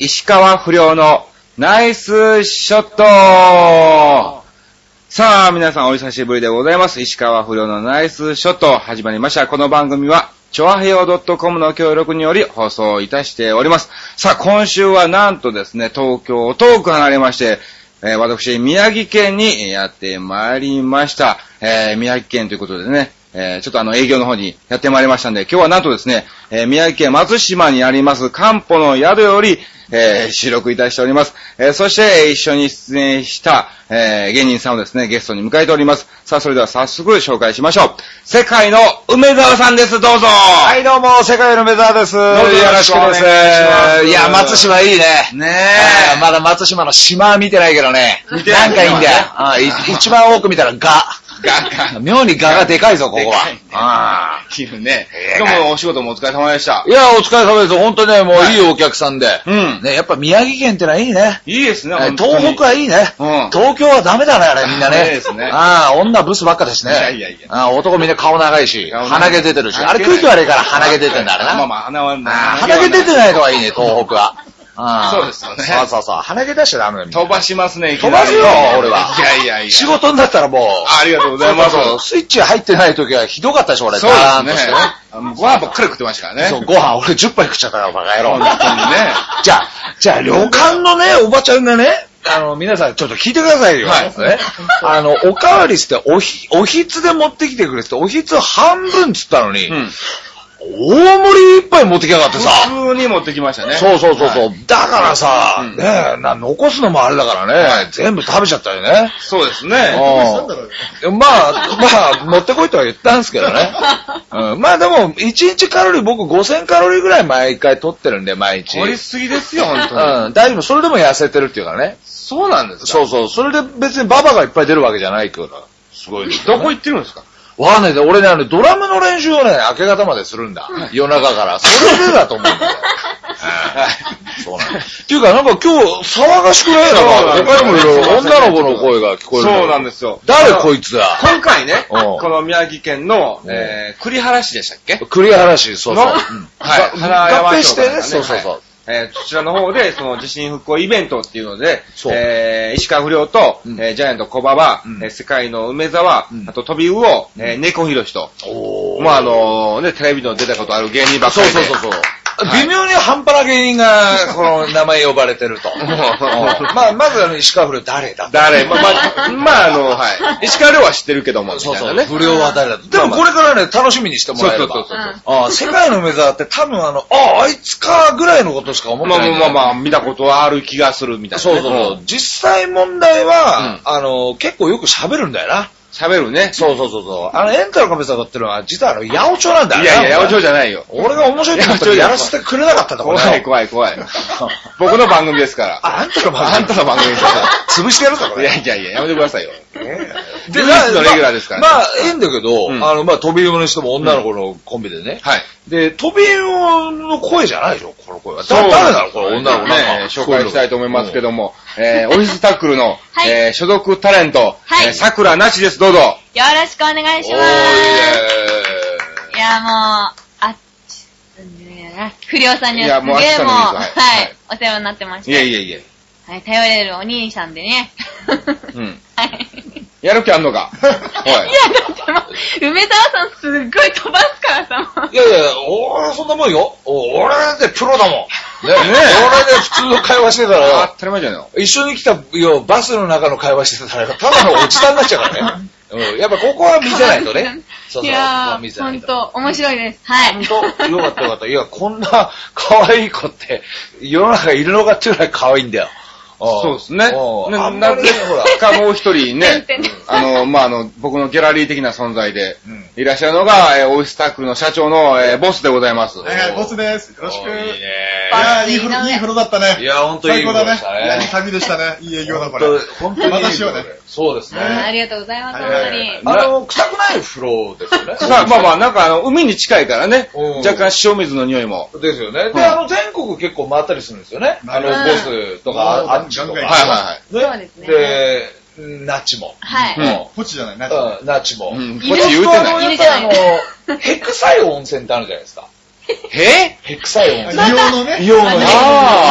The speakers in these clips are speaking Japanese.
石川不良のナイスショット。さあ、皆さんお久しぶりでございます。石川不良のナイスショット始まりました。この番組は、ちょあへよ .com の協力により放送いたしております。さあ、今週はなんとですね、東京を遠く離れまして、私、宮城県にやってまいりました。宮城県ということでね、ちょっと営業の方にやってまいりましたんで、今日はなんとですね、宮城県松島にあります、漢方の宿より、収録いたしております。そして、一緒に出演した、芸人さんをですね、ゲストに迎えております。さあ、それでは早速紹介しましょう。世界の梅沢さんです。どうぞ。 はい、どうも、世界の梅沢です。どうぞよろしくお願いします。いや、松島いいね。 ねえ。まだ松島の島は見てないけどね。見てない。なんかいいんだよ。一番多く見たらガ。妙にガがでかいぞ、ここは。 いるね。今日もお仕事もお疲れ様でした。 いや、お疲れ様です。本当ね、もういいお客さんで。ね、やっぱ宮城県ってのはいいね。 いいですね。 東北はいいね。東京はダメだね、あれ、みんなね。 いいですね。 女ブスばっかですね。 いや。 男みんな顔長いし、鼻毛出てるし。あれ空気悪いから鼻毛出てんだ、あれな。鼻毛出てないのはいいね、東北は。 そうですよね。 そう。鼻毛出しちゃダメだよ。 飛ばしますね。 飛ばすよ、俺は。 いや。 仕事になったらもう。 ありがとうございます。 スイッチ入ってない時はひどかったでしょ、俺。 そうですね。ご飯ばっかり食ってましたからね。 そう、ご飯俺10杯食っちゃったから、バカ野郎。 本当にね。 じゃあ、旅館のね、おばちゃんがね、皆さんちょっと聞いてくださいよ。はい。おかわりして、おひつで持ってきてくれって、おひつを半分つったのに、大盛り一杯持ってきやがってさ。 普通に持ってきましたね。 そう。だからさ、ね残すのもあれだからね、全部食べちゃったよね。 そうですね。 まあ、持ってこいとは言ったんですけどね。まあでも、1日カロリー僕5000カロリーぐらい毎回取ってるんで、毎日。 取りすぎですよ、本当に。 大丈夫。それでも痩せてるっていうからね。 そうなんですか。 そう。それで別にババがいっぱい出るわけじゃないから。すごいです。 どこ行ってるんですか？ わかんないで、俺ね、ドラムの練習をね、明け方までするんだ。夜中から。それでだと思うんだよ。そうなんだ。っていうか、なんか今日、騒がしくないなんか、他にもいろいろ女の子の声が聞こえる。 そうなんですよ。 誰こいつだ。 今回ね、この宮城県の、栗原市でしたっけ？ 栗原市、そう。はい。 合併してね、そう。 そちらの方で、その地震復興イベントっていうので、石川不良と、ジャイアント小馬場、世界の梅沢、あと飛び魚、猫ひろしと、まあテレビの出たことある芸人ばっかりで。そう。 微妙に半端な芸人が、この名前呼ばれてると。まず石川不良誰だ？ 石川不良は知ってるけども、 そう。不良は誰だ？でもこれからね、楽しみにしてもらえれば。世界の梅沢って多分あいつかぐらいのことしか思ってない。 まあ、見たことある気がするみたいな。 そう。実際問題は、結構よく喋るんだよな。 喋るね。 そう。エンタの神様ってのは、実は八百長なんだよね。 いや、八百長じゃないよ。 俺が面白いと思ったらやらせてくれなかったんだ、 怖い。僕の番組ですから。 あんたの番組ですから。潰してやるぞ、これ。 いや、やめてくださいよ。で、唯一のレギュラーですからね。 まあ、いいんだけど、飛び魚にしても女の子のコンビでね。はい。で、飛び魚の声じゃないでしょ、この声は。誰なのこの女の子ね。 紹介したいと思いますけども、オフィスタックルの、所属タレント、桜なしです、どうぞ。 よろしくお願いします。いや、もう、不良さんにはすげえもう、お世話になってました。 いや。 はい、頼れるお兄さんでね。はい。 やる気あんのか？ いや、だってもう、梅沢さんすっごい飛ばすからさ、もう。 いや、俺そんなもんよ。俺だってプロだもん。ね。俺で普通の会話してたらよ。 当たり前じゃんよ。 一緒に来たバスの中の会話してたら、ただのおじさんになっちゃうからね。やっぱここは見せないとね。 そう。いやー、ほんと、面白いです。はい。 ほんと、よかった。いや、こんな可愛い子って、世の中いるのかっていうぐらい可愛いんだよ。 そうですね。なぜかもう一人ね、僕のギャラリー的な存在でいらっしゃるのが、オフィスタックルの社長のボスでございます。 ボスです。よろしく。いいね。いい風呂だったね。 いや、ほんといい風呂でしたね。 いい旅でしたね。いい営業だ、これ。 本当に。 私はね。 そうですね。 ありがとうございます、本当に。臭くない風呂ですよね。 なんか海に近いからね、若干塩水の匂いも。 ですよね。で、全国結構回ったりするんですよね。ボスとか、あっちとか。 そうですね。 で、ナチも。 はい。 ポチじゃない、 ナチも。 ポチ言うてない。 ヘ臭い温泉ってあるじゃないですか。 ヘ臭い温泉。 硫黄のね。 硫黄のね。あれでも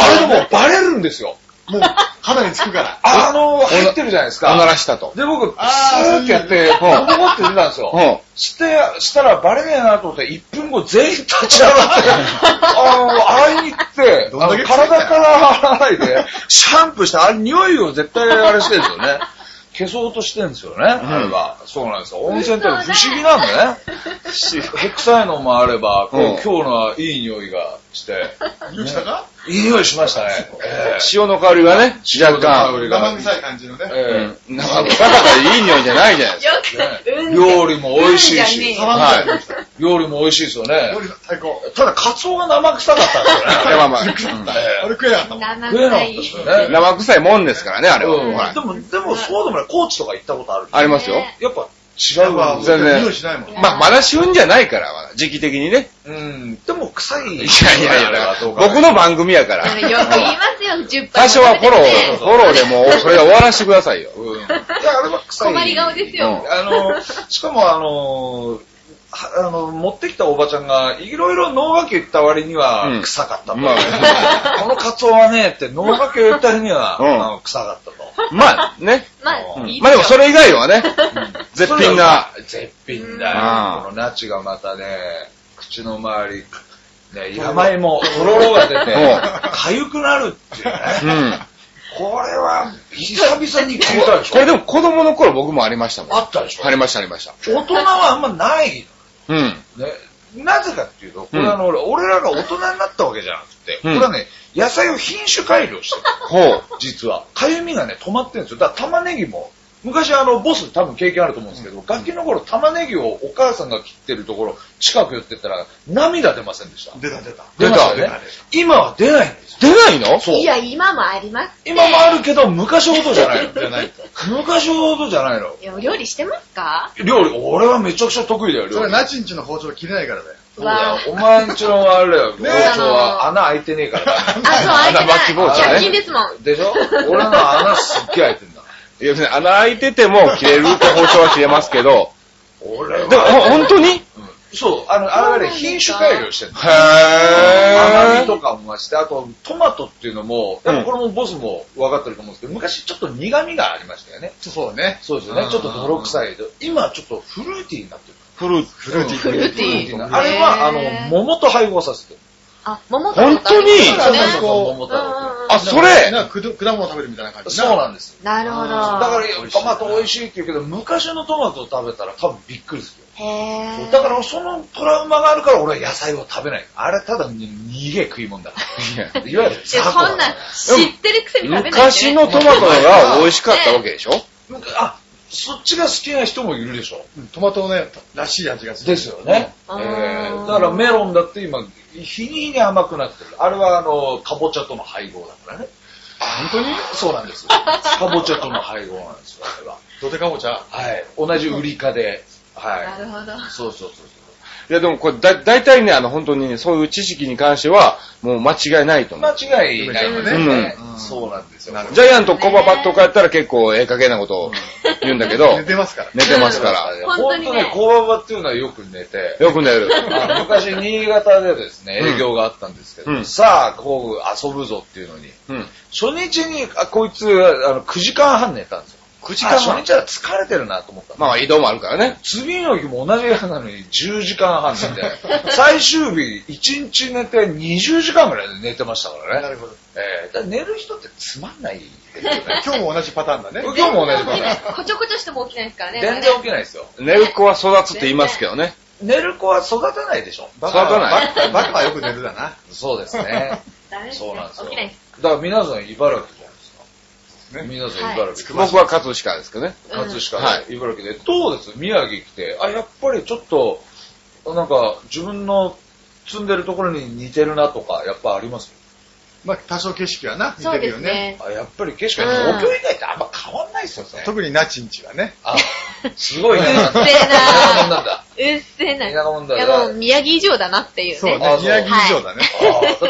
うバレるんですよ。 もう、肌につくから。 入ってるじゃないですか。 おならしたと。 で、僕、スーってやって、ボコボコって出たんですよ。したらバレねえなと思って、1分後全員立ち上がって、洗いに行って、体から洗わないで、シャンプーして、匂いを絶対あれしてるんですよね。消そうとしてるんですよね、あれは。そうなんですよ。温泉って不思議なんだね。へ臭いのもあれば、今日のはいい匂いがして。 匂いしたか？ いい匂いしましたね。 塩の香りがね、若干。 生臭い感じのね。 生臭かったらいい匂いじゃないじゃないですか。 料理も美味しいし。料理も美味しいですよね。 最高。 ただ、カツオが生臭かったんですよね。 まあまあ。 あれ食えなかったもん。 食えなかったですよね。 生臭いもんですからね、あれは。 でも、そうでもない。高知とか行ったことある。 ありますよ。 やっぱ違うわ。 全然。匂いしないもん。 まだ旬じゃないから、時期的にね。 でも臭い。 いや、僕の番組やから。 よく言いますよ、10 多少はフォローでもう、それで終わらせてくださいよ。 いや、あれは臭い。 困り顔ですよ。 しかも持ってきたおばちゃんが、いろいろ脳がけ言った割には臭かったと。このカツオはね、って脳がけ言った割には臭かったと。 まあね。 まあでもそれ以外はね、絶品な。 絶品だよ。このナチがまたね、口の周り、ね、山芋、とろろが出て、痒くなるっていうね。これは、久々に聞いたでしょ。 これでも子供の頃僕もありましたもん。 あったでしょ。 ありました。 大人はあんまない。なぜかっていうと、これ俺らが大人になったわけじゃなくて、これはね、野菜を品種改良してる。実は。かゆみがね、止まってるんですよ。だから玉ねぎも、昔ボス多分経験あると思うんですけど、ガキの頃玉ねぎをお母さんが切ってるところ、近く寄ってったら涙出ませんでした。 出た。 出ましたね。今は出ないんですよ。 出ないの？ そう。 いや、今もあります。 今もあるけど、昔ほどじゃないの。昔ほどじゃないの。 いや、料理してますか？ 料理、俺はめちゃくちゃ得意だよ、料理。 それナチンチの包丁切れないからだよ。 そうだよ。お前んちのあれだよ、包丁は穴開いてねえから。 そう、開いてない。100均ですもん。 でしょ？俺の穴すっげえ開いてんだ。 いや、別に穴開いてても切れるって包丁は切れますけど。 俺は。 でも、本当に？ そう、あれはね、品種改良してるの。甘みとかも増して、あと、トマトっていうのも、これもボスも分かってると思うんですけど、昔ちょっと苦味がありましたよね。 そうね。 そうですよね。ちょっと泥臭い。今ちょっとフルーティーになってる。 フルーティー。 あれは、桃と配合させてる。 桃と本当に？ 桃と。 それ果物食べるみたいな感じ。 そうなんです。なるほど。だからトマト美味しいって言うけど、昔のトマトを食べたら多分びっくりするよ。へだからそのトラウマがあるから俺は野菜を食べない。あれただ逃げ食い物だ。いわゆるそんな知ってるくせに食べない。 昔のトマトが美味しかったわけでしょ？ そっちが好きな人もいるでしょ。 トマトね、らしい味がする。 ですよね。だからメロンだって今、日に日に甘くなってる。あれはかぼちゃとの配合だからね。 本当に？ そうなんです。かぼちゃとの配合なんですよ、あれは。 どてかぼちゃ？ はい。同じ売りかで。はい。 なるほど。 そう。 いやでもこれ大体ね、本当にね、そういう知識に関しては、もう間違いないと思う。 間違いないよね。そうなんですよ。 ジャイアントコババットかやったら結構ええ加減なことを言うんだけど。 寝てますから。 本当ね、コババっていうのはよく寝て。 よく寝る。 昔、新潟でですね、営業があったんですけど、さあ、遊ぶぞっていうのに、初日に、こいつ、9時間半寝たんですよ。9時間半。初日は疲れてるなと思った。 まあ移動もあるからね。 次の日も同じ部屋なのに10時間半寝て、最終日1日寝て20時間ぐらい寝てましたからね。 なるほど。 寝る人ってつまんないですよね。 今日も同じパターンだね。 今日も同じパターン。 こちょこちょしても起きないですからね。 全然起きないですよ。 寝る子は育つって言いますけどね。 寝る子は育てないでしょ。 育たない。 バカはよく寝るだな。 そうですね。そうなんですよ。 起きないです。 だから皆さん茨城じゃないですか。皆さん茨城。 僕は葛飾ですけどね。 葛飾で、茨城で。どうです？宮城来て、やっぱりちょっと、なんか自分の住んでるところに似てるなとか、やっぱあります？ まあ、多少景色はな、似てるよね。 やっぱり景色は、東京以外ってあんま変わんないっすよね。 特にナチンチはね。 すごいね。 うっせえな。 田舎者なんだ。 うっせえな。 田舎者だ。 いやもう宮城以上だなっていうね。 そうね、宮城以上だね。 だって、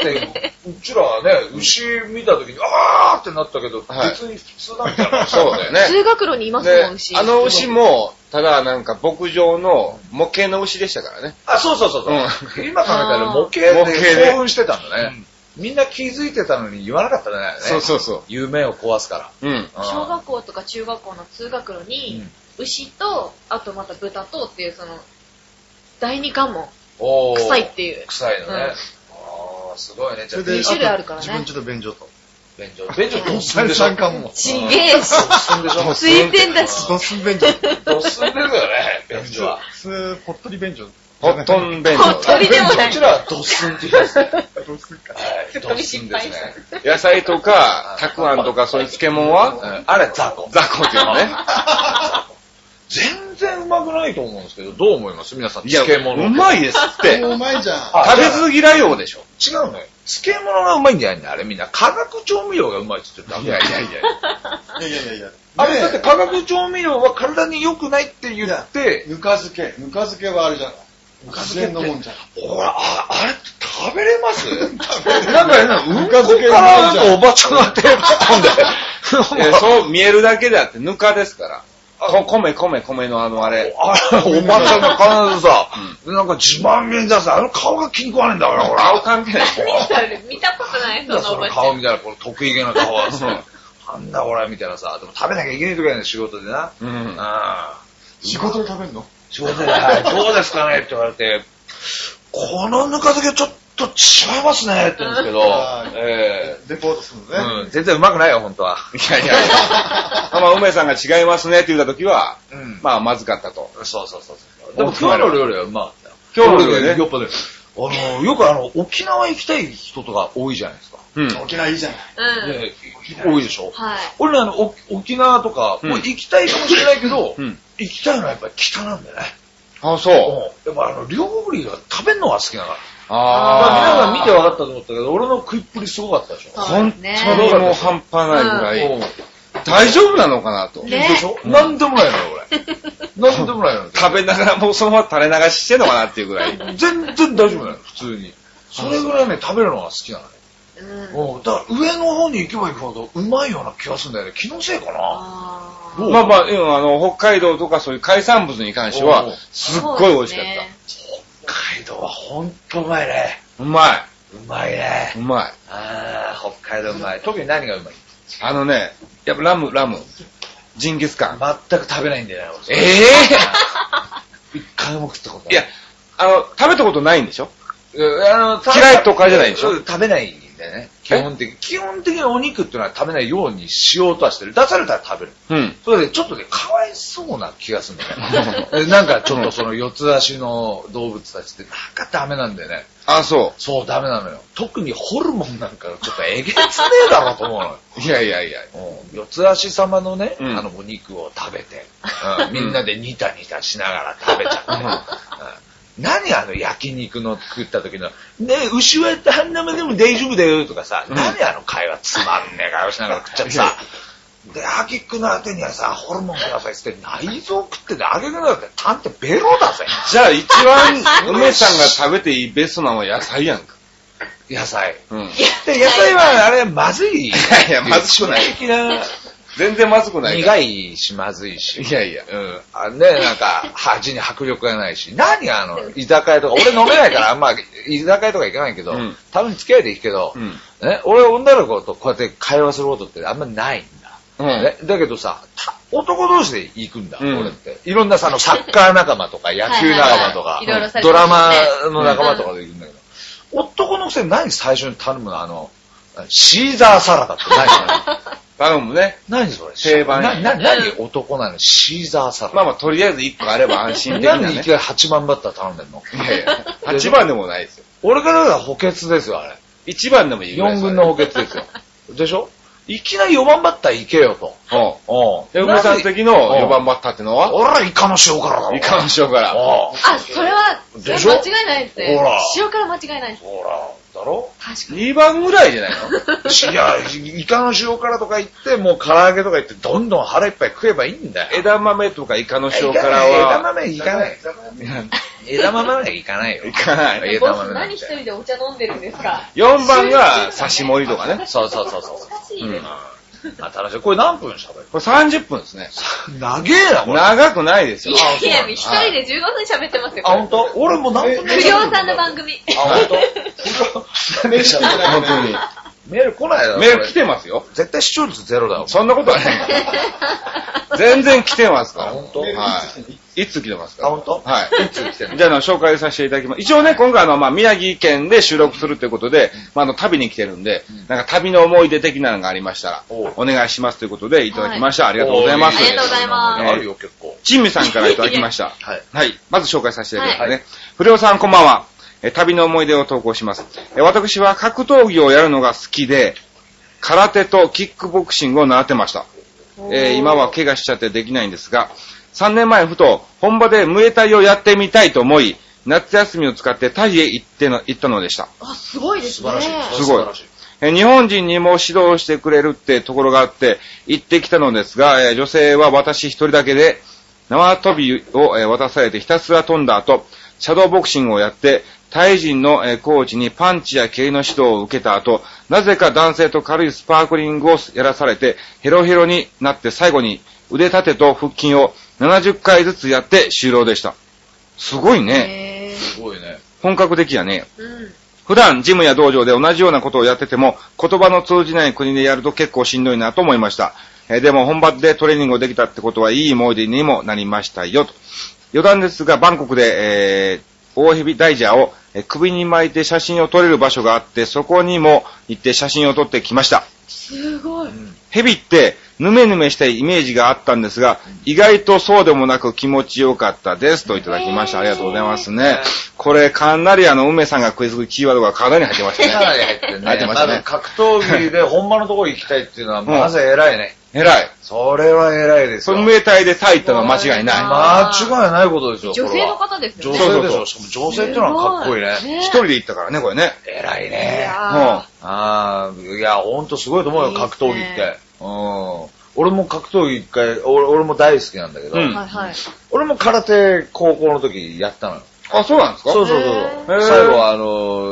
うちらはね、牛見た時に、あーってなったけど、別に普通なんだよ。 そうだよね。 通学路にいますもん、牛。 牛も、ただなんか牧場の模型の牛でしたからね。 そう。今考えたら模型で興奮してたんだね。 みんな気づいてたのに言わなかったね。 そうそうそう。 夢を壊すから。 うん。小学校とか中学校の通学路に、牛と、あとまた豚とっていう、その、第二関門。臭いっていう。 臭いのね。ああ、すごいね。 じゃあ2種類あるからね。 自分ちょっと便所と。 便所ドッスンでしょ。 3関門。 ちげえし。 ドッスンでしょ。 ついてんだし。 ドッスン便所。 ドッスンですよね、便所は。 普通、ぽっとり便所。 ポットン便所。 ぽっとりでもない。 こちらはドッスンって言いますね。 ドッスンか。 はい、ドッスンですね。 野菜とか、たくあんとかそういう漬物はあれ、雑魚。 雑魚っていうのね。 全然うまくないと思うんですけど、どう思います皆さん、漬物。 うまいですって。 うまいじゃん。 食べず嫌いようでしょ。 違うね。漬物がうまいんじゃないんだよ。あれみんな化学調味料がうまいって言ってるだけ。 いや。 いや。 あれだって化学調味料は体に良くないって言って、 ぬか漬けはあるじゃん。自然のもんじゃん。 ほら、あれって食べれます？ 食べれる。 なんかね、ぬか漬けからなんかおばちゃんが手突っ込んで。 そう見えるだけであって、ぬかですから。米のあれ。 おばちゃんが必ずさ、なんか自慢げに出す。あの顔が気に食わねえんだから、ほら。 顔関係ない。 見たことない、そのおばちゃん。 顔みたいな、この得意げな顔はさ、なんだこれ、みたいなさ、でも食べなきゃいけないときはね、仕事でな。 仕事で食べんの？ 仕事で、どうですかねって言われて、このぬか漬けちょっと違いますねって言うんですけど、 レポートするのね。 全然うまくないよ、本当は。 いや。まあ、梅さんが違いますねって言ったときは、まあ、まずかったと。 そう。でも今日の料理はうまかったよ。 今日の料理ね。 よっぽど。よく沖縄行きたい人とか多いじゃないですか。 沖縄いいじゃない。 多いでしょ。 はい。 俺ら沖縄とか、もう行きたいかもしれないけど、行きたいのはやっぱり北なんだよね。 あ、そう。 やっぱ料理が食べるのが好きだから。 皆さん見て分かったと思ったけど、俺の食いっぷりすごかったでしょ。 本当にもう半端ないぐらい。大丈夫なのかなと。 でしょ？なんでもないのよ、俺。なんでもないのよ。 食べながらもうそのまま垂れ流ししてんのかなっていうぐらい。 全然大丈夫なのよ、普通に。それぐらいね、食べるのが好きなのよ。だから上の方に行けば行くほどうまいような気がするんだよね。気のせいかな。 まあ、北海道とかそういう海産物に関しては、すっごい美味しかった。 北海道はほんとうまいね。 うまい。 うまいね。 うまい。 北海道うまい。特に何がうまい？ やっぱラム。ジンギスカン。 全く食べないんだよね。一回も食ったことない。 いや、食べたことないんでしょ？嫌いとかじゃないでしょ？ 食べないんだよね。基本的にお肉っていうのは食べないようにしようとはしてる。出されたら食べる。それでちょっとね、かわいそうな気がするんだよね。なんかちょっとその四つ足の動物たちってなんかダメなんだよね。 あ、そう。 そう、ダメなのよ。特にホルモンなんかちょっとえげつねえだろうと思うのよ。 いや。 四つ足様のね、お肉を食べて、みんなでニタニタしながら食べちゃって。何焼肉の食った時の、ね、牛は半生でも大丈夫だよとかさ、何会話つまんねえ会話しながら食っちゃってさ、で、アギックの当てにはさ、ホルモンくださいって内臓食ってて、アギックの当てタンってベロだぜ。 じゃあ一番梅さんが食べていいベストなのは野菜やんか。 野菜。で、野菜はあれまずい。いや、まずくない。全然まずくない。 苦いし、まずいし。 いや。 なんか、味に迫力がないし。何が居酒屋とか、俺飲めないからあんま、居酒屋とか行かないけど、多分付き合いで行くけど、俺女の子とこうやって会話することってあんまないんだ。だけどさ、男同士で行くんだ、俺って。いろんなサッカー仲間とか、野球仲間とか、ドラマの仲間とかで行くんだけど、男のくせに何最初に頼むのシーザーサラダって何頼むね。 何それ定番。 何男なのシーザーサラダ。 まあとりあえず1個あれば安心的なね。 何でいきなり8番バッター頼んでんの？ いや。8番でもないですよ。 俺からは補欠ですよ、あれ。 1番でもいいぐらい。 4軍の補欠ですよ。でしょ？いきなり4番バッター行けよと。 梅さん的の4番バッターってのは？ 俺はイカの塩辛だろ。 イカの塩辛。 それは、間違いないって。塩辛間違いない。 ほら。だろ？ 確かに。 2番ぐらいじゃないの？ いや、イカの塩辛とか言って、もう唐揚げとか言って、どんどん腹いっぱい食えばいいんだよ。 枝豆とかイカの塩辛は。 枝豆いかない。枝豆はいかないよ。 いかない。 枝豆何一人でお茶飲んでるんですか？ 4番が刺し盛りとかね。 そう。 難しいね。 楽しい。これ何分喋る？ これ30分ですね。 長えな、これ。 長くないですよ。 いや、一人で15分喋ってますよ。 あ、ほんと？俺も何分不良さんの番組。 あ、ほんと？ メールしかない本当に。 メール来ないだろ。 メール来てますよ。 絶対視聴率ゼロだよ。 そんなことはない。全然来てますから。 本当？ はい。いつ来てますか？ あ、ほんと？ はい。 いつ来てるの？ じゃあ、紹介させていただきます。一応ね、今回宮城県で収録するということで、旅に来てるんで、なんか旅の思い出的なのがありましたら、お願いしますということでいただきました。ありがとうございます。 ありがとうございます。 あるよ、結構。 チンミさんからいただきました。 はい。 はい。まず紹介させていただきますね。不良さんこんばんは。旅の思い出を投稿します。私は格闘技をやるのが好きで、空手とキックボクシングを習ってました。今は怪我しちゃってできないんですが、3年前ふと本場でムエタイをやってみたいと思い、夏休みを使ってタイへ行ったのでした。 あ、すごいですね。 素晴らしい。 すごい。日本人にも指導してくれるってところがあって行ってきたのですが、女性は私一人だけで縄跳びを渡されてひたすら飛んだ後、シャドーボクシングをやって、タイ人のコーチにパンチや蹴りの指導を受けた後、なぜか男性と軽いスパークリングをやらされて、ヘロヘロになって最後に腕立てと腹筋を70回ずつやって終了でした。すごいね。 すごいね。 本格的やね。普段ジムや道場で同じようなことをやってても、言葉の通じない国でやると結構しんどいなと思いました。でも本場でトレーニングをできたってことはいい思い出にもなりましたよと。余談ですが、バンコクで、大蛇大蛇を首に巻いて写真を撮れる場所があって、そこにも行って写真を撮ってきました。 すごい。 蛇ってヌメヌメしたイメージがあったんですが、意外とそうでもなく気持ちよかったですといただきました。ありがとうございますね。これかなり梅さんが食いつくキーワードがかなり入ってましたね。 かなり入ってるね。 入ってましたね。 格闘技で本場のところ行きたいっていうのは、まず偉いね。 偉い。 それは偉いですよ。 そのムエタイでタイってのは間違いない。 間違いないことですよ。 女性の方ですよね。女性でしょ。しかも女性ってのはかっこいいね。 一人で行ったからね、これね。 偉いね。いや、ほんとすごいと思うよ、格闘技って。俺も格闘技一回、俺も大好きなんだけど、俺も空手高校の時やったのよ。 あ、そうなんですか？ そう。最後は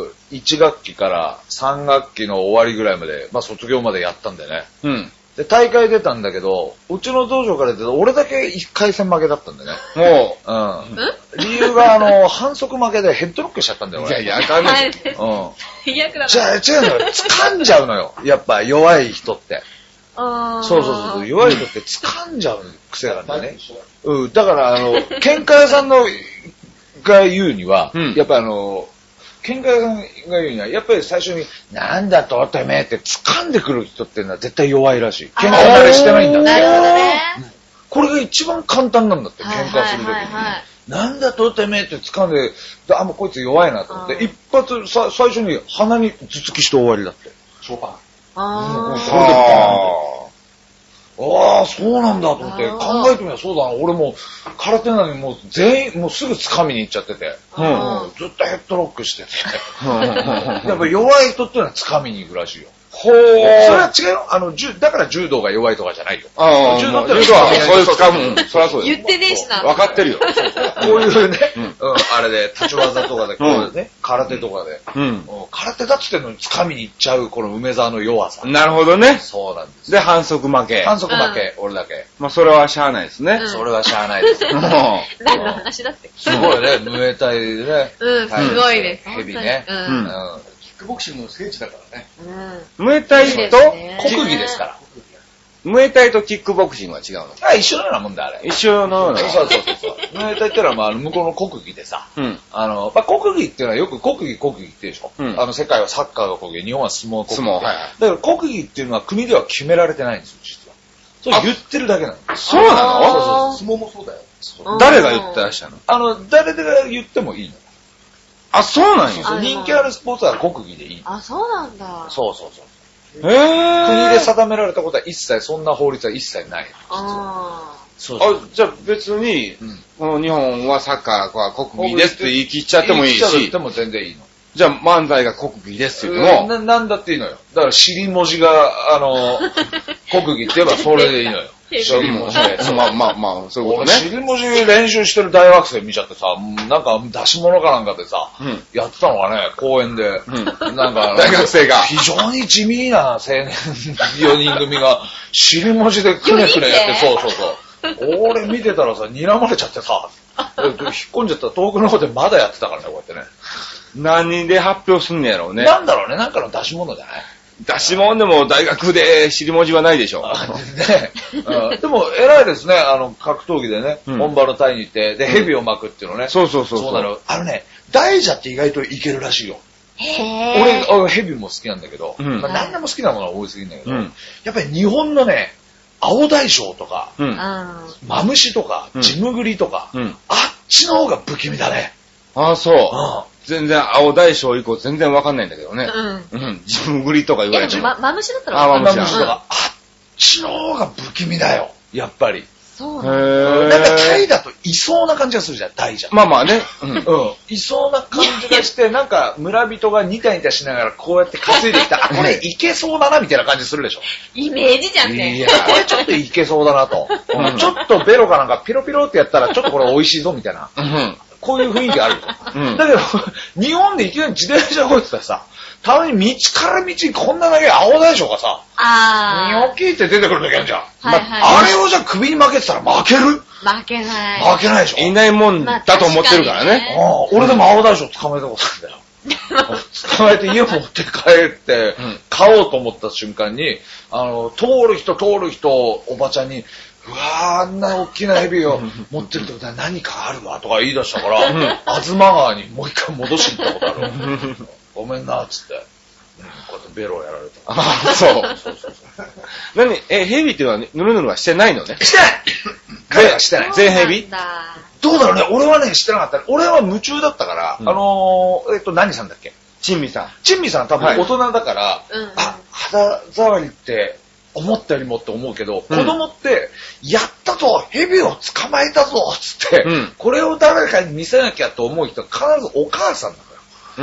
1学期から3学期の終わりぐらいまで、卒業までやったんだよね。で、大会出たんだけど、うちの道場から出て俺だけ1回戦負けだったんだよね。理由が反則負けでヘッドロックしちゃったんだよ、俺。 いや、あかんね。 じゃあ、違うのよ。掴んじゃうのよ。やっぱ弱い人って。そう。弱い人って掴んじゃう癖なんだよね。だから、喧嘩屋さんが言うには、やっぱ喧嘩屋さんが言うには、やっぱり最初に、なんだとてめえって掴んでくる人っていうのは絶対弱いらしい。喧嘩慣れしてないんだって。 なるほどね。 これが一番簡単なんだって、喧嘩するときに。なんだとてめえって掴んで、もうこいつ弱いなと思って、一発、最初に鼻に頭突きして終わりだって。 ショーパン。 それでそうなんだと思って、考えてみればそうだな。俺も空手なのにもうすぐ掴みに行っちゃってて、ずっとヘッドロックしてて。やっぱ弱い人っていうのは掴みに行くらしいよ。それは違うよ。だから柔道が弱いとかじゃないよ。 柔道ってそういう掴む。そりゃそうよ。 言ってねえしな。 分かってるよ。こういうね、あれで、立ち技とかで、こうね、空手とかで。空手だっつってんのに掴みに行っちゃう、この梅沢の弱さ。 なるほどね。 そうなんです。 で、反則負け。 俺だけ。 それはしゃあないですね。 それはしゃあないです。 何の話だって。 すごいね、ムエタイでね。 すごいです。 ヘビね。 キックボクシングの聖地だからね。 ムエタイと国技ですから。 ムエタイとキックボクシングは違うの？ 一緒のようなもんだ、あれ。 一緒のような。 そう。ムエタイってのは、向こうの国技でさ、国技っていうのはよく国技って言うでしょ。世界はサッカーが国技、日本は相撲国技。だから国技っていうのは国では決められてないんですよ、実は。そう言ってるだけなの。 そうなの？ 相撲もそうだよ。 誰が言ってらっしゃるの？誰が言ってもいいの。 あ、そうなんや。 人気あるスポーツは国技でいい。 あ、そうなんだ。 そう。国で定められたことは一切、そんな法律は一切ない。 じゃあ別に、この日本はサッカーは国技ですって言い切っちゃってもいいし。 言っても全然いいの。 じゃあ漫才が国技ですって言っても。 なんだっていいのよ。だから尻文字が、国技って言えばそれでいいのよ。 尻文字ね。 まあ、そういうことね。 尻文字練習してる大学生見ちゃってさ、なんか出し物かなんかでさ、やってたのがね、公園で、なんか、 大学生が。 非常に地味な青年4人組が、尻文字でくねくねやって、そう。俺見てたらさ、睨まれちゃってさ、引っ込んじゃったら遠くの方でまだやってたからね、こうやってね。 何で発表すんねやろうね。 なんだろうね、なんかの出し物じゃない？ 出し物でも大学で尻文字はないでしょ。 ね、でも偉いですね、格闘技でね、本場のタイに行って、で、蛇を巻くっていうのね。 そう。 そうなの。大蛇って意外といけるらしいよ。俺、蛇も好きなんだけど、何でも好きなものは多いすぎるんだけど、やっぱり日本のね、青大将とか、マムシとか、ジムグリとか、あっちの方が不気味だね。 ああ、そう。全然、青大将以降全然わかんないんだけどね。ジムグリとか言われても。 マムシだったらマムシとか。あっちの方が不気味だよ。やっぱり。 そうなんかタイだといそうな感じがするじゃん、大じゃん。 まあね。 いそうな感じがして、なんか村人がニタニタしながらこうやって担いできた。これいけそうだなみたいな感じするでしょ。 イメージじゃんね。 いや、これちょっといけそうだなと。ちょっとベロかなんかピロピロってやったらちょっとこれ美味しいぞみたいな。こういう雰囲気あるよ。だけど、日本でいきなり自転車こいてたらさ、たまに道から道にこんなだけ青大将がさ、ニョキって出てくるときあるじゃん。あれをじゃあ首に負けてたら負ける？ 負けない。 負けないでしょ。 いないもんだと思ってるからね。 俺でも青大将捕まえたことあるんだよ。捕まえて家持って帰って買おうと思った瞬間に、通る人おばちゃんに、うわー、あんな大きな蛇を持ってるってことは何かあるわとか言い出したから、東川にもう一回戻しに行ったことある。ごめんな、つって。こうやってベロをやられた。 あ、そう。何、蛇っていうのはヌルヌルはしてないのね？ してない彼はしてない。 全蛇？ どうだろうね、俺はね、してなかった。俺は夢中だったから、何さんだっけ？ 珍味さん。 珍味さん多分大人だから、肌触りって、思ったよりもって思うけど、子供って、やったぞ蛇を捕まえたぞつって、これを誰かに見せなきゃと思う人は必ずお母さんだから。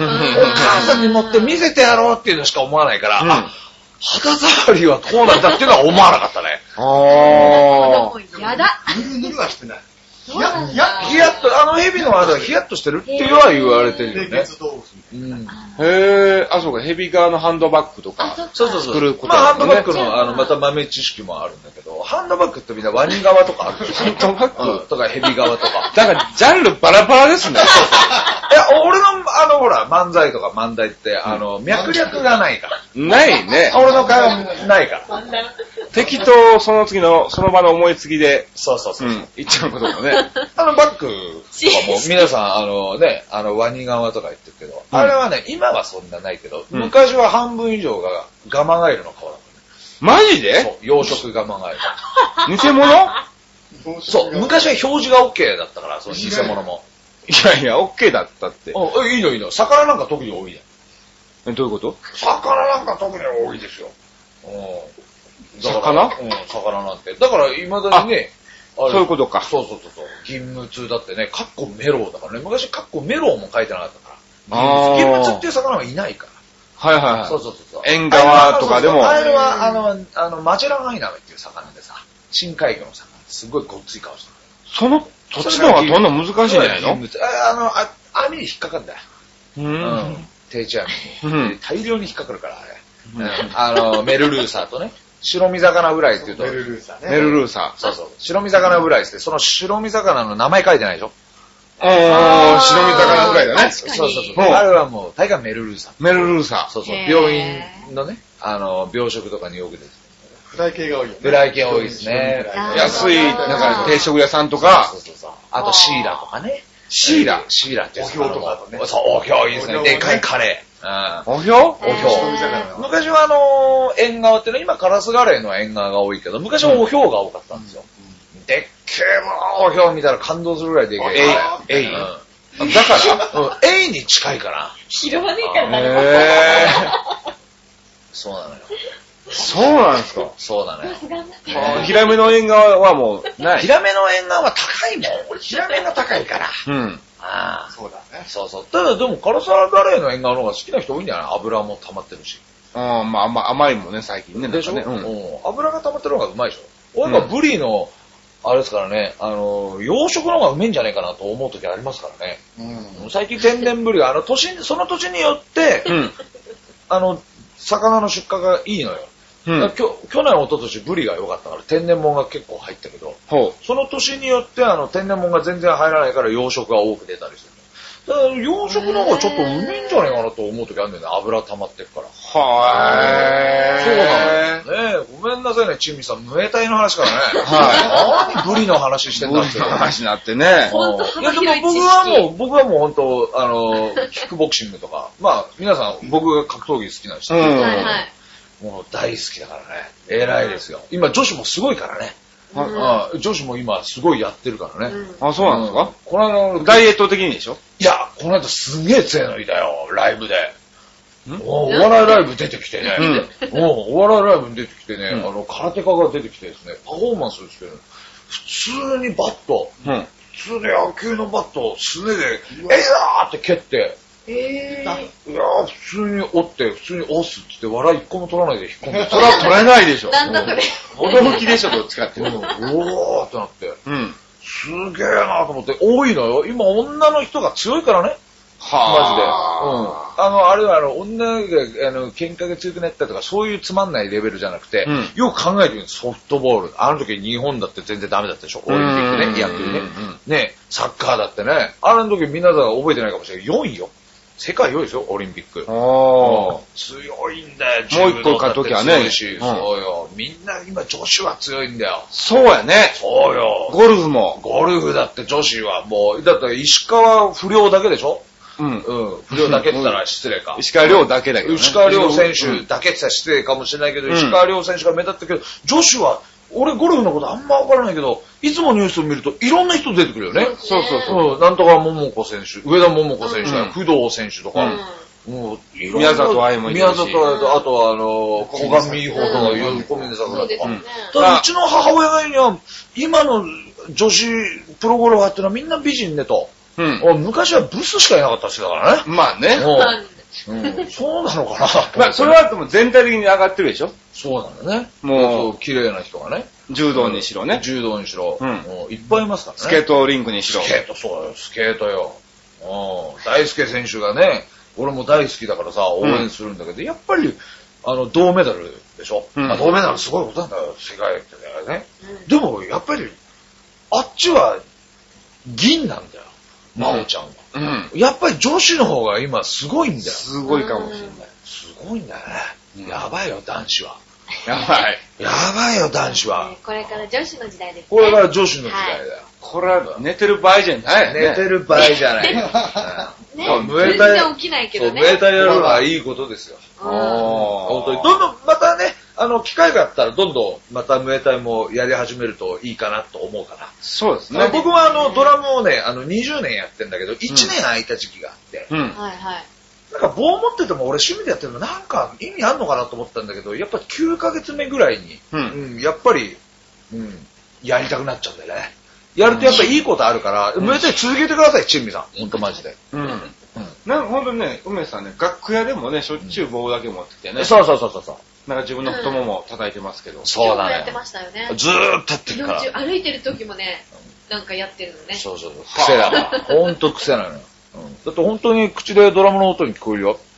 お母さんに持って見せてやろうっていうのしか思わないから、肌触りはこうなんだっていうのは思わなかったね。 やだ。 ぬるぬるはしてない。 ヒヤッと、蛇の間はヒヤッとしてるっていうのは言われてるよね。 へぇー、そうか、蛇側のハンドバッグとか作ることハンドバッグの、また豆知識もあるんだけど、ハンドバッグってみんなワニ側とかあるでしょ。 ハンドバッグとか蛇側とか。 だから、ジャンルバラバラですね。 いや、俺の、ほら、漫才とか漫才って、脈略がないから。 ないね。 俺の会話ないから。 適当、その次の、その場の思いつきで。 そう。 言っちゃうことだね。 バッグとかも、皆さん、ワニ側とか言ってるけど、あれはね、今はそんなないけど、昔は半分以上がガマガエルの顔だったね。 マジで？ そう、養殖ガマガエル。 偽物？ そう、昔は表示が OK だったから、その偽物も。 いや、OK だったって。 いいの。魚なんか特に多いじゃん。どういうこと？ 魚なんか特に多いですよ。 魚？ 魚なんて。だから、未だにね、 そういうことか。 そう。銀ムツだってね、カッコメロウだからね。昔カッコメロウも書いてなかったから。銀ムツっていう魚はいないから。 はい。 そう。 縁側とかでも。 あれは、マジェランアイナメっていう魚でさ、深海魚の魚。すごいごっつい顔してる。 そっちの方がどんどん難しいんじゃないの？ 網に引っかかるんだよ。定置網に。大量に引っかかるから、あれ。メルルーサーとね。白身魚フライって言うと。 メルルーサーね。 メルルーサー。 そう。白身魚フライって、その白身魚の名前書いてないでしょ？ 白身魚フライだね。 そう。あれはもう、大概メルルーサー。 メルルーサー。 そう。病院のね、病食とかによく出てる。 フライ系が多いよね。 フライ系多いですね。 安い、なんか定食屋さんとか。 そう。あとシーラとかね。 シーラっておひょうとかね。 そう、おひょういいですね。でかいカレー。おひょう？ 昔は縁側っていうのは、今カラスガレーの縁側が多いけど、昔はおひょうが多かったんですよ。でっけえおひょう見たら感動するぐらいでけえ。だから、エイに近いかな。 拾わねえからな。 そうなのよ。 そうなんですか？ そうなのよ。 ヒラメの縁側はもうない。 ヒラメの縁側は高いもん。ヒラメが高いから。 そうだね。 そう。ただでも、カラスガレーの縁側の方が好きな人多いんじゃない？油も溜まってるし。 まあ甘いもんね、最近ね。 でしょ？油が溜まってる方がうまいでしょ？ 俺がブリの、あれですからね、養殖の方がうめえんじゃねえかなと思う時ありますからね。最近天然ブリが、その土地によって、魚の出荷がいいのよ。去年、一昨年ブリが良かったから天然物が結構入ったけど、その年によって天然物が全然入らないから養殖が多く出たりする。だから養殖の方がちょっとうめえんじゃねえかなと思う時あるんだよね。油溜まってるから。そうなのね。ごめんなさいね、チンミさん。ムエタイの話からね。何ブリの話してんだって。 ブリの話になってね。 いや、でも僕はもう本当、キックボクシングとか、まあ、皆さん、僕が格闘技好きな人。もう大好きだからね。偉いですよ。今、女子もすごいからね。女子も今すごいやってるからね。 あ、そうなんですか？この間、ダイエット的にでしょ？ いや、この間すげえ強いのいたよ、ライブで。お笑いライブ出てきてね。お笑いライブに出てきてね、空手家が出てきてですね、パフォーマンスしてる。普通にバット、普通に野球のバットをすねで、ーって蹴って、いや普通に折って、普通に押すって言って、笑い一個も取らないで引っ込んで。 それは取れないでしょ。 なんだそれ。 驚きでしょ、どっちかって。 おーってなって。すげえなと思って、多いのよ。今女の人が強いからね。マジで。あれは女が喧嘩が強くなったとか、そういうつまんないレベルじゃなくて、よく考えてみるソフトボール。あの時日本だって全然ダメだったでしょ。オリンピックね、野球ね。ね、サッカーだってね。あの時みんなが覚えてないかもしれない。4位よ。世界4位ですよ、オリンピック。強いんだよ、 もう一個勝っときゃね。 そうよ。みんな今女子は強いんだよ。 そうやね。 そうよ。 ゴルフも。 ゴルフだって女子はもう、だって石川不良だけでしょ？不良だけって言ったら失礼か。 石川遼だけだけどね。 石川遼選手だけって言ったら失礼かもしれないけど、石川遼選手が目立ったけど、女子は、俺ゴルフのことあんまわからないけど、いつもニュースを見るといろんな人出てくるよね。 そう。 なんとか桃子選手、上田桃子選手や工藤選手とか、もう宮里藍もいるし。 宮里藍と、あとは小上美穂とか、小峰桜とか。ただうちの母親が言うには、今の女子プロゴルファーってのはみんな美人ねと。昔はブスしかいなかったしだからね。 まあね。 そうなのかな。 まあ、それはでも全体的に上がってるでしょ？ そうなんだね。 もう、 綺麗な人がね。 柔道にしろね。 柔道にしろ。いっぱいいますからね。 スケートリンクにしろ。 スケート、そうよ、スケートよ。大輔選手がね、俺も大好きだからさ、応援するんだけど、やっぱり、銅メダルでしょ？銅メダルすごいことなんだよ、世界ってね。でも、やっぱり、あっちは、銀なんだよ。真央ちゃんは。やっぱり女子の方が今すごいんだよ。 すごいかもしれない。 すごいんだよね。やばいよ、男子は。 やばい。 やばいよ、男子は。 これから女子の時代ですね。 これから女子の時代だよ。 これは寝てる場合じゃないね。 寝てる場合じゃない。 全然起きないけどね。 ムエタイやるのはいいことですよ。本当に。どんどん、またね、機会があったらどんどんまたムエタイもやり始めるといいかなと思うから。 そうですね。 僕はドラムをね、20年やってんだけど、1年空いた時期があって。なんか棒持ってても俺趣味でやってるのなんか意味あんのかなと思ったんだけど、やっぱり9ヶ月目ぐらいに、やっぱり、やりたくなっちゃうんだよね。やるとやっぱりいいことあるから、ムエタイ続けてください、チンミさん。ほんとマジで。 なんかほんとね、梅さんね、楽屋でもね、しょっちゅう棒だけ持ってきてね。 そう。 なんか自分の太もも叩いてますけど。 そうだね。 やってましたよね。 ずーっとやってるから。 歩いてる時もね、なんかやってるのね。 そう。癖だから。ほんと癖なのよ。だって本当に口でドラムの音に聞こえるよ。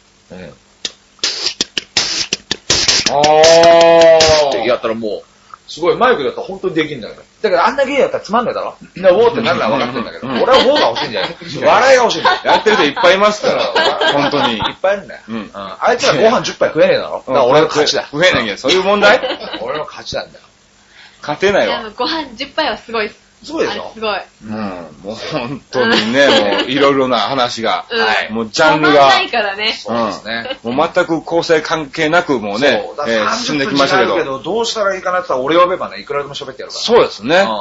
ってやったらもう、すごいマイクだったら本当にできるんだよね。だからあんなゲーやったらつまんないだろ。ウォーってなるのは分かってんだけど、俺はウォーが欲しいんじゃない？笑いが欲しいんだよ。 やってる人いっぱいいますから、本当に。 いっぱいいるんだよ。あいつらご飯10杯食えねえだろ。だから俺の勝ちだ。 食えないけど、そういう問題？ 俺の勝ちなんだよ。 勝てないわ。 ご飯10杯はすごいです。 すごいでしょ？ すごい。 もう本当にね、もういろいろな話が、もうジャンルが、 ないからね。 そうですね。 もう全く構成関係なくもうね、進んできましたけど。 どうしたらいいかなって言ったら俺呼べばね、いくらでも喋ってやるから。 そうですね。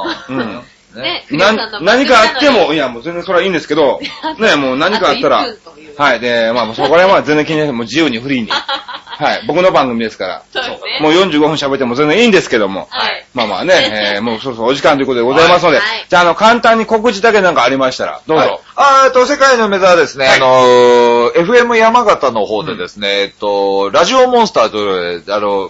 何かあっても、いやもう全然それはいいんですけど、ね、もう何かあったら、はい、で、まあそこら辺は全然気にしない、もう自由にフリーに。 はい。僕の番組ですから。 そうですね。 もう45分喋っても全然いいんですけども。 はい。 まあまあね、もうそろそろお時間ということでございますので。 はい。 じゃあ、簡単に告知だけなんかありましたら、どうぞ。 世界の梅沢はですね、FM 山形の方でですね、ラジオモンスターという、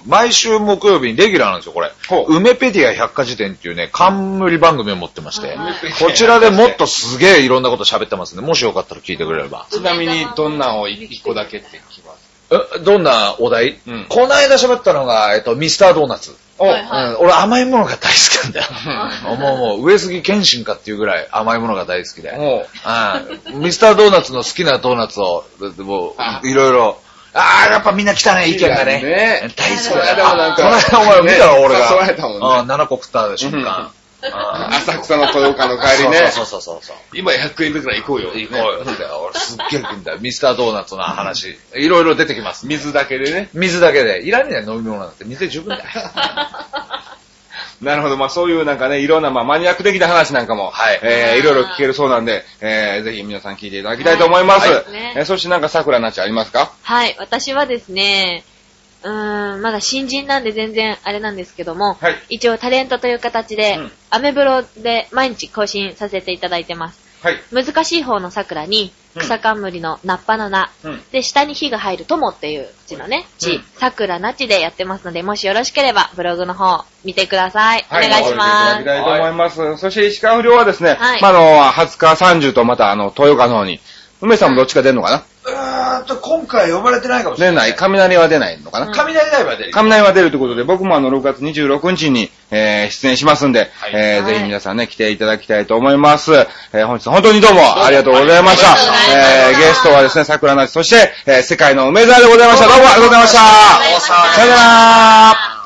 毎週木曜日にレギュラーなんですよ、これ。梅ペディア百科事典っていうね、冠番組を持ってまして、こちらでもっとすげえいろんなこと喋ってますんで、もしよかったら聞いてくれれば。 ちなみに、どんなを一個だけって聞きます。 どんなお題、この間喋ったのが、ミスタードーナツ。俺甘いものが大好きなんだよ。もう、上杉謙信かっていうぐらい甘いものが大好きで。ミスタードーナツの好きなドーナツを、いろいろ、やっぱみんな来たね、意見がね。大好きだよ。この間お前見たら俺が。7個食った瞬間。 浅草の豊岡の帰りね。 そう。 今100円だから行こうよ。 行こうよ。俺すっげえ食うんだよ。ミスタードーナツの話。いろいろ出てきます。 水だけでね。 水だけで。いらねえ飲み物なんて水で十分だよ。 なるほど。まあそういうなんかね、いろんなマニアック的な話なんかも、いろいろ聞けるそうなんで、ぜひ皆さん聞いていただきたいと思います。そしてなんか桜なちありますか？ はい。私はですね、まだ新人なんで全然あれなんですけども、一応タレントという形で、アメブロで毎日更新させていただいてます。難しい方の桜に、草冠のナッパの名、で、下に火が入る友っていう字のね、桜なちでやってますので、もしよろしければブログの方見てください。お願いします。 いただきたいと思います。そして石川不良はですね、20日30とまた豊岡の方に、梅さんもどっちか出るのかな？ 今回呼ばれてないかもしれない。 出ない。雷は出ないのかな？ 雷は出る。 雷は出るということで、僕も6月26日に、出演しますんで、ぜひ皆さんね、来ていただきたいと思います。本日本当にどうもありがとうございました。ゲストはですね、桜なち、そして、世界の梅沢でございました。どうもありがとうございました。さよなら。